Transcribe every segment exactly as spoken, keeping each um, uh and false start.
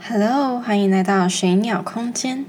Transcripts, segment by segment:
Hello， 欢迎来到水鸟空间。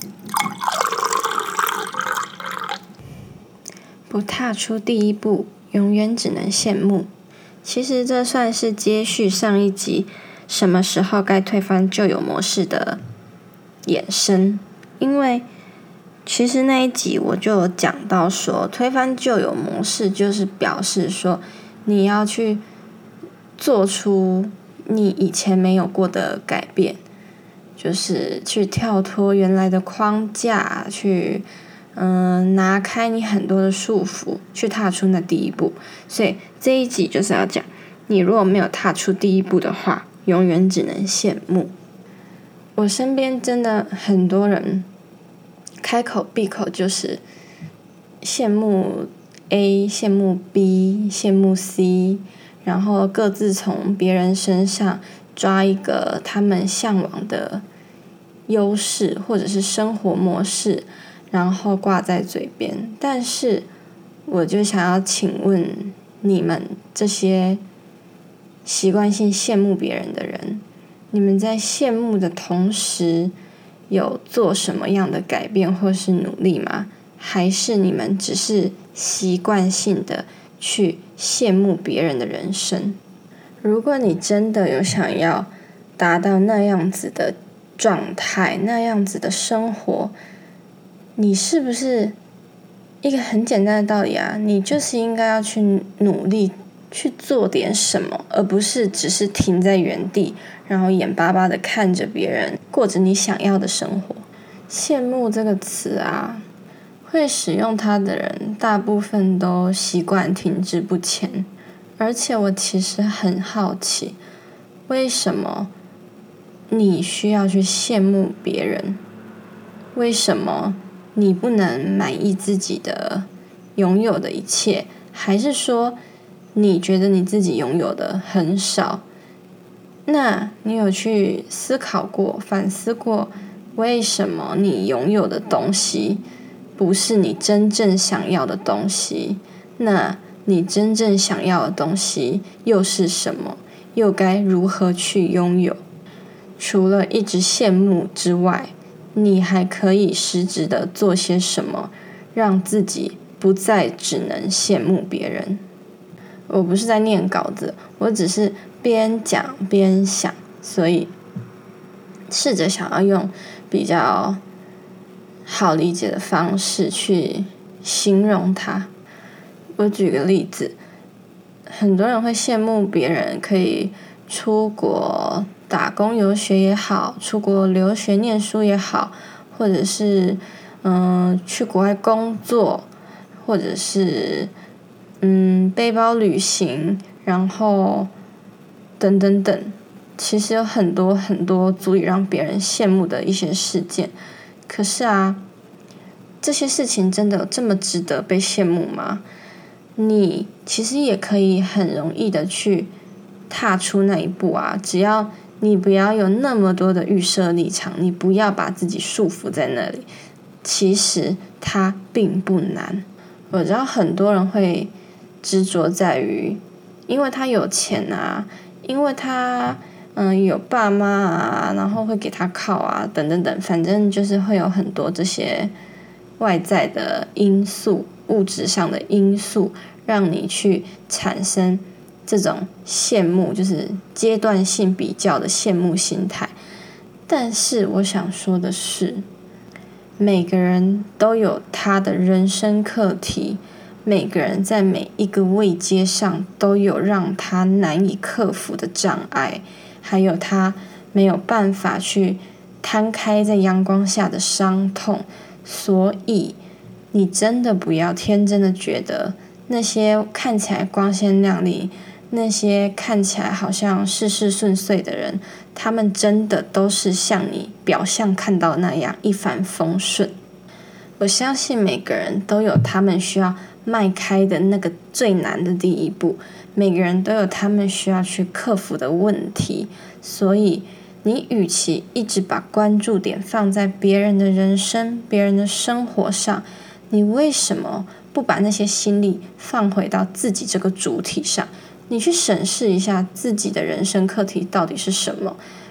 不踏出第一步，永远只能羡慕。其实这算是接续上一集什么时候该推翻旧有模式的衍生，因为其实那一集我就有讲到说，推翻旧有模式就是表示说你要去做出你以前没有过的改变，就是去跳脱原来的框架，去嗯拿开你很多的束缚，去踏出那第一步。所以这一集就是要讲，你如果没有踏出第一步的话，永远只能羡慕。我身边真的很多人开口闭口就是羡慕 A， 羡慕 B， 羡慕 C， 然后各自从别人身上抓一个他们向往的优势或者是生活模式，然后挂在嘴边。但是我就想要请问你们这些习惯性羡慕别人的人，你们在羡慕的同时有做什么样的改变或是努力吗？还是你们只是习惯性的去羡慕别人的人生？如果你真的有想要达到那样子的状态，那样子的生活，你是不是一个很简单的道理啊？你就是应该要去努力去做点什么，而不是只是停在原地，然后眼巴巴的看着别人过着你想要的生活。羡慕这个词啊，会使用它的人大部分都习惯停滞不前。而且我其实很好奇，为什么你需要去羡慕别人？为什么你不能满意自己的拥有的一切？还是说你觉得你自己拥有的很少？那你有去思考过、反思过，为什么你拥有的东西不是你真正想要的东西？那你真正想要的东西又是什么？又该如何去拥有？除了一直羡慕之外，你还可以实质的做些什么，让自己不再只能羡慕别人？我不是在念稿子，我只是边讲边想，所以试着想要用比较好理解的方式去形容它。我举个例子，很多人会羡慕别人可以出国打工游学也好，出国留学念书也好，或者是嗯去国外工作，或者是嗯背包旅行，然后等等等。其实有很多很多足以让别人羡慕的一些事件。可是啊，这些事情真的有这么值得被羡慕吗？你其实也可以很容易的去踏出那一步啊，只要你不要有那么多的预设立场，你不要把自己束缚在那里，其实它并不难。我知道很多人会执着在于，因为他有钱啊，因为他嗯有爸妈啊，然后会给他靠啊，等等等，反正就是会有很多这些外在的因素，物质上的因素，让你去产生这种羡慕，就是阶段性比较的羡慕心态。但是我想说的是，每个人都有他的人生课题，每个人在每一个位阶上都有让他难以克服的障碍，还有他没有办法去摊开在阳光下的伤痛。所以你真的不要天真的觉得那些看起来光鲜亮丽，那些看起来好像事事顺遂的人，他们真的都是像你表象看到那样一帆风顺。我相信每个人都有他们需要迈开的那个最难的第一步，每个人都有他们需要去克服的问题。所以你与其一直把关注点放在别人的人生、别人的生活上，你为什么不把那些心力放回到自己这个主体上？你去审视一下自己的人生课题到底是什么，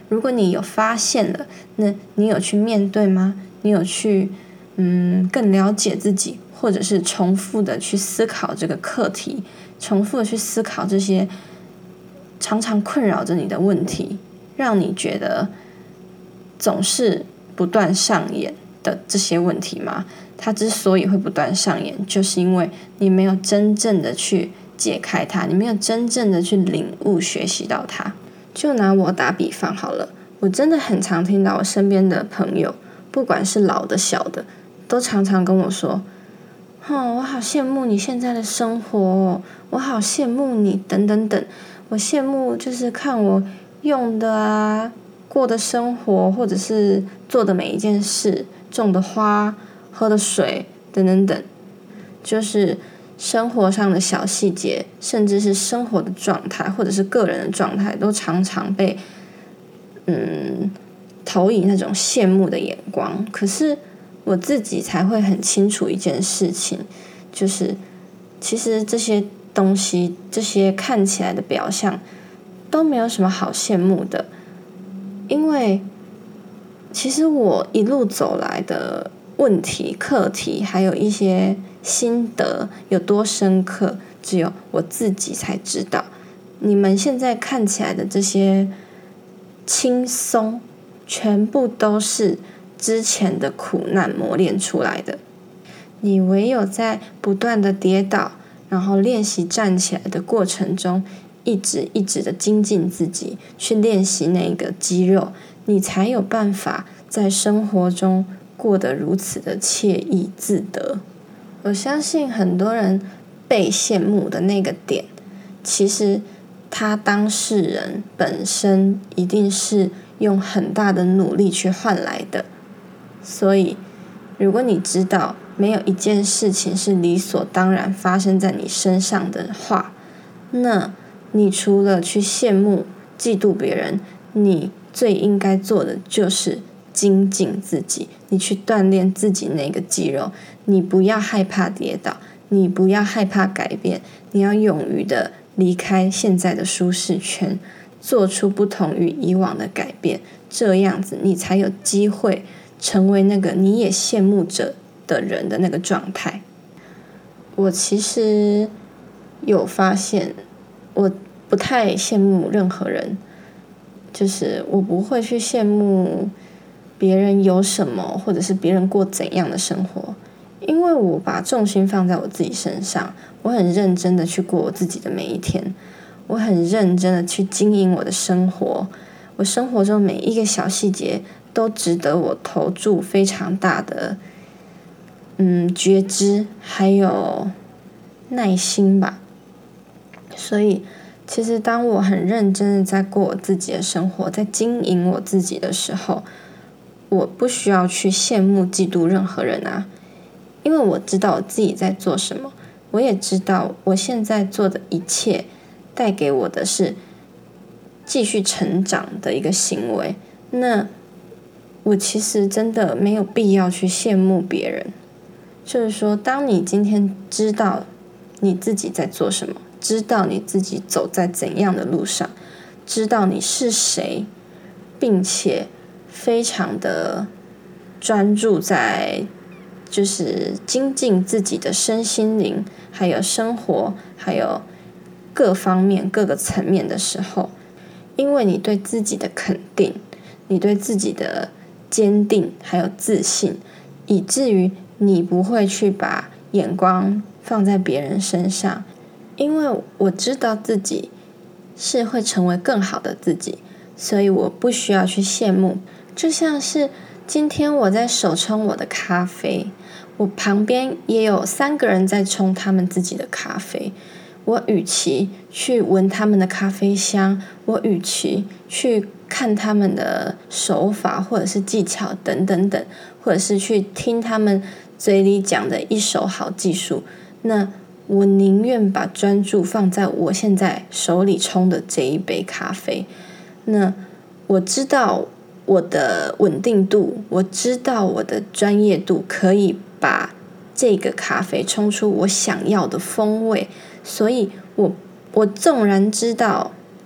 如果你有发现了，那你有去面对吗？你有去嗯更了解自己，或者是重复的去思考这个课题，重复的去思考这些常常困扰着你的问题，让你觉得总是不断上演的这些问题吗？它之所以会不断上演，就是因为你没有真正的去解开它，你没有真正的去领悟学习到它。就拿我打比方好了，我真的很常听到我身边的朋友，不管是老的小的，都常常跟我说，哦，我好羡慕你现在的生活哦，我好羡慕你等等等，我羡慕就是看我用的啊，过的生活，或者是做的每一件事，种的花，喝的水等等等，就是生活上的小细节，甚至是生活的状态，或者是个人的状态，都常常被嗯投以那种羡慕的眼光。可是我自己才会很清楚一件事情，就是其实这些东西，这些看起来的表象都没有什么好羡慕的，因为其实我一路走来的问题、课题，还有一些心得有多深刻，只有我自己才知道。你们现在看起来的这些轻松，全部都是之前的苦难磨练出来的。你唯有在不断的跌倒，然后练习站起来的过程中，一直一直的精进自己，去练习那个肌肉，你才有办法在生活中过得如此的惬意自得。我相信很多人被羡慕的那个点，其实他当事人本身一定是用很大的努力去换来的。所以如果你知道没有一件事情是理所当然发生在你身上的话，那你除了去羡慕嫉妒别人，你最应该做的就是精进自己，你去锻炼自己那个肌肉，你不要害怕跌倒，你不要害怕改变，你要勇于的离开现在的舒适圈，做出不同于以往的改变，这样子你才有机会成为那个你也羡慕着的人的那个状态。我其实有发现，我不太羡慕任何人，就是我不会去羡慕别人有什么，或者是别人过怎样的生活，因为我把重心放在我自己身上，我很认真的去过我自己的每一天，我很认真的去经营我的生活，我生活中每一个小细节都值得我投注非常大的嗯觉知还有耐心吧。所以其实当我很认真的在过我自己的生活，在经营我自己的时候，我不需要去羡慕嫉妒任何人啊，因为我知道我自己在做什么，我也知道我现在做的一切带给我的是继续成长的一个行为，那我其实真的没有必要去羡慕别人。就是说，当你今天知道你自己在做什么，知道你自己走在怎样的路上，知道你是谁，并且非常的专注在就是精进自己的身心灵，还有生活，还有各方面各个层面的时候，因为你对自己的肯定，你对自己的坚定还有自信，以至于你不会去把眼光放在别人身上，因为我知道自己是会成为更好的自己，所以我不需要去羡慕。就像是今天我在手冲我的咖啡，我旁边也有三个人在冲他们自己的咖啡，我与其去闻他们的咖啡香，我与其去看他们的手法或者是技巧等等等，或者是去听他们嘴里讲的一手好技术，那我宁愿把专注放在我现在手里冲的这一杯咖啡。那我知道我的稳定度，我知道我的专业度可以把这个咖啡冲出我想要的风味，所以我我纵然知道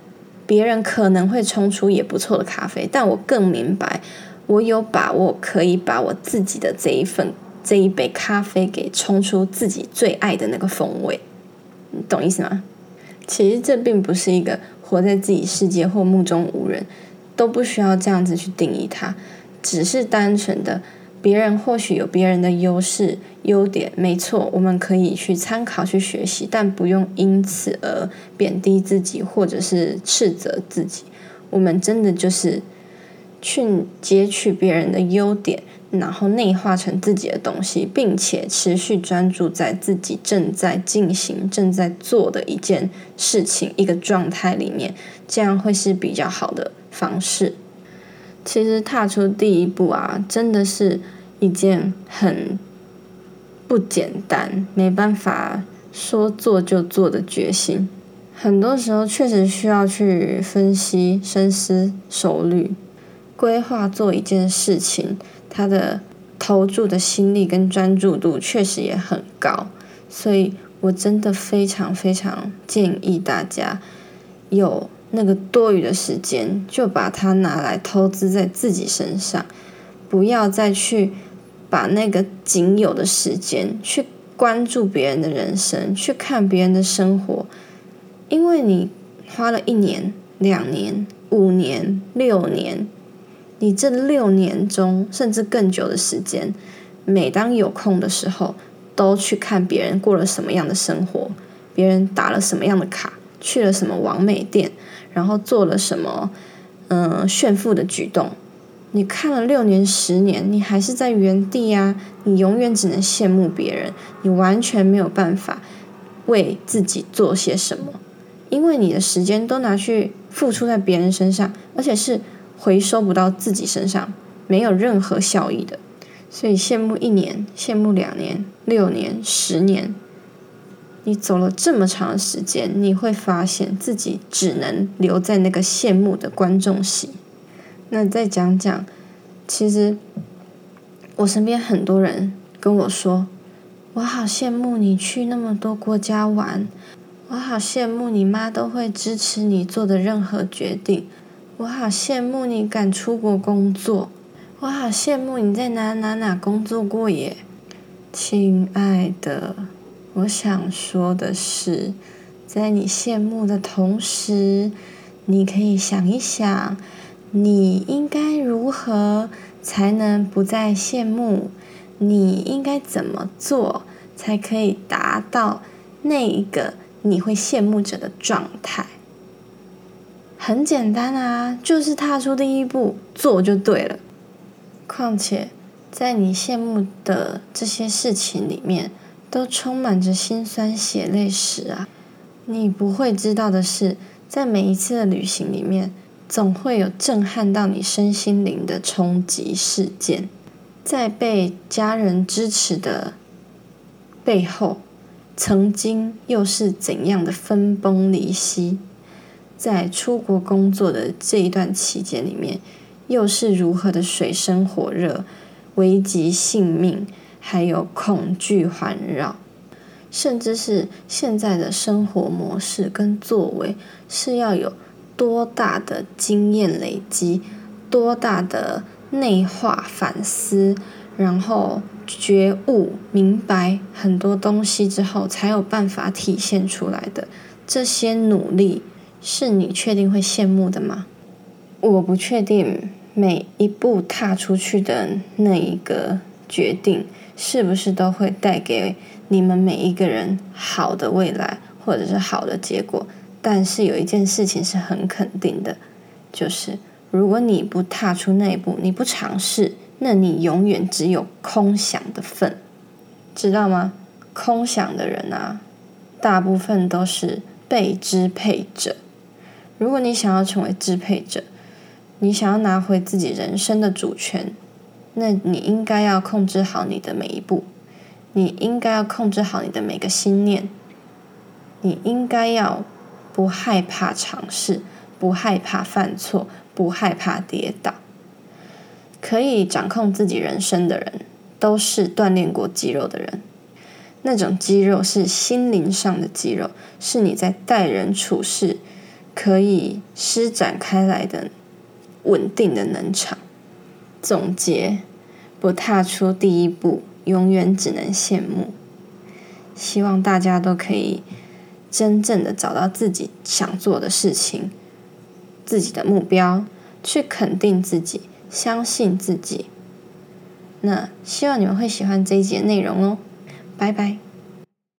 别人可能会冲出也不错的咖啡，但我更明白，我有把握可以把我自己的这一份这一杯咖啡给冲出自己最爱的那个风味，你懂意思吗？其实这并不是一个活在自己世界或目中无人，都不需要这样子去定义它，只是单纯的别人或许有别人的优势优点，没错，我们可以去参考去学习，但不用因此而贬低自己或者是斥责自己。我们真的就是去截取别人的优点，然后内化成自己的东西，并且持续专注在自己正在进行正在做的一件事情一个状态里面，这样会是比较好的方式。其实踏出第一步啊，真的是一件很不简单，没办法说做就做的决心。很多时候确实需要去分析、深思熟虑、规划做一件事情，它的投注的心力跟专注度确实也很高，所以我真的非常非常建议大家有那个多余的时间，就把它拿来投资在自己身上，不要再去把那个仅有的时间去关注别人的人生，去看别人的生活，因为你花了一年、两年、五年、六年，你这六年中甚至更久的时间，每当有空的时候，都去看别人过了什么样的生活，别人打了什么样的卡，去了什么网美店，然后做了什么嗯炫富的举动。你看了六年十年，你还是在原地啊，你永远只能羡慕别人，你完全没有办法为自己做些什么，因为你的时间都拿去付出在别人身上，而且是回收不到自己身上，没有任何效益的。所以羡慕一年，羡慕两年、六年、十年，你走了这么长的时间，你会发现自己只能留在那个羡慕的观众席。那再讲讲，其实我身边很多人跟我说，我好羡慕你去那么多国家玩，我好羡慕你妈都会支持你做的任何决定，我好羡慕你敢出国工作，我好羡慕你在哪哪哪工作过耶。亲爱的，我想说的是，在你羡慕的同时，你可以想一想，你应该如何才能不再羡慕？你应该怎么做才可以达到那一个你会羡慕者的状态？很简单啊，就是踏出第一步，做就对了。况且，在你羡慕的这些事情里面，都充满着辛酸血泪史啊！你不会知道的是，在每一次的旅行里面，总会有震撼到你身心灵的冲击事件。在被家人支持的背后，曾经又是怎样的分崩离析？在出国工作的这一段期间里面，又是如何的水深火热，危及性命，还有恐惧环绕，甚至是现在的生活模式跟作为是要有多大的经验累积，多大的内化反思，然后觉悟明白很多东西之后才有办法体现出来的。这些努力是你确定会羡慕的吗？我不确定每一步踏出去的那一个决定是不是都会带给你们每一个人好的未来或者是好的结果，但是有一件事情是很肯定的，就是如果你不踏出那一步，你不尝试，那你永远只有空想的份，知道吗？空想的人啊，大部分都是被支配者。如果你想要成为支配者，你想要拿回自己人生的主权，那你应该要控制好你的每一步，你应该要控制好你的每个心念，你应该要不害怕尝试，不害怕犯错，不害怕跌倒。可以掌控自己人生的人，都是锻炼过肌肉的人。那种肌肉是心灵上的肌肉，是你在待人处事可以施展开来的稳定的能场。总结：不踏出第一步，永远只能羡慕。希望大家都可以真正的找到自己想做的事情，自己的目标，去肯定自己，相信自己。那希望你们会喜欢这一集的内容哦，拜拜。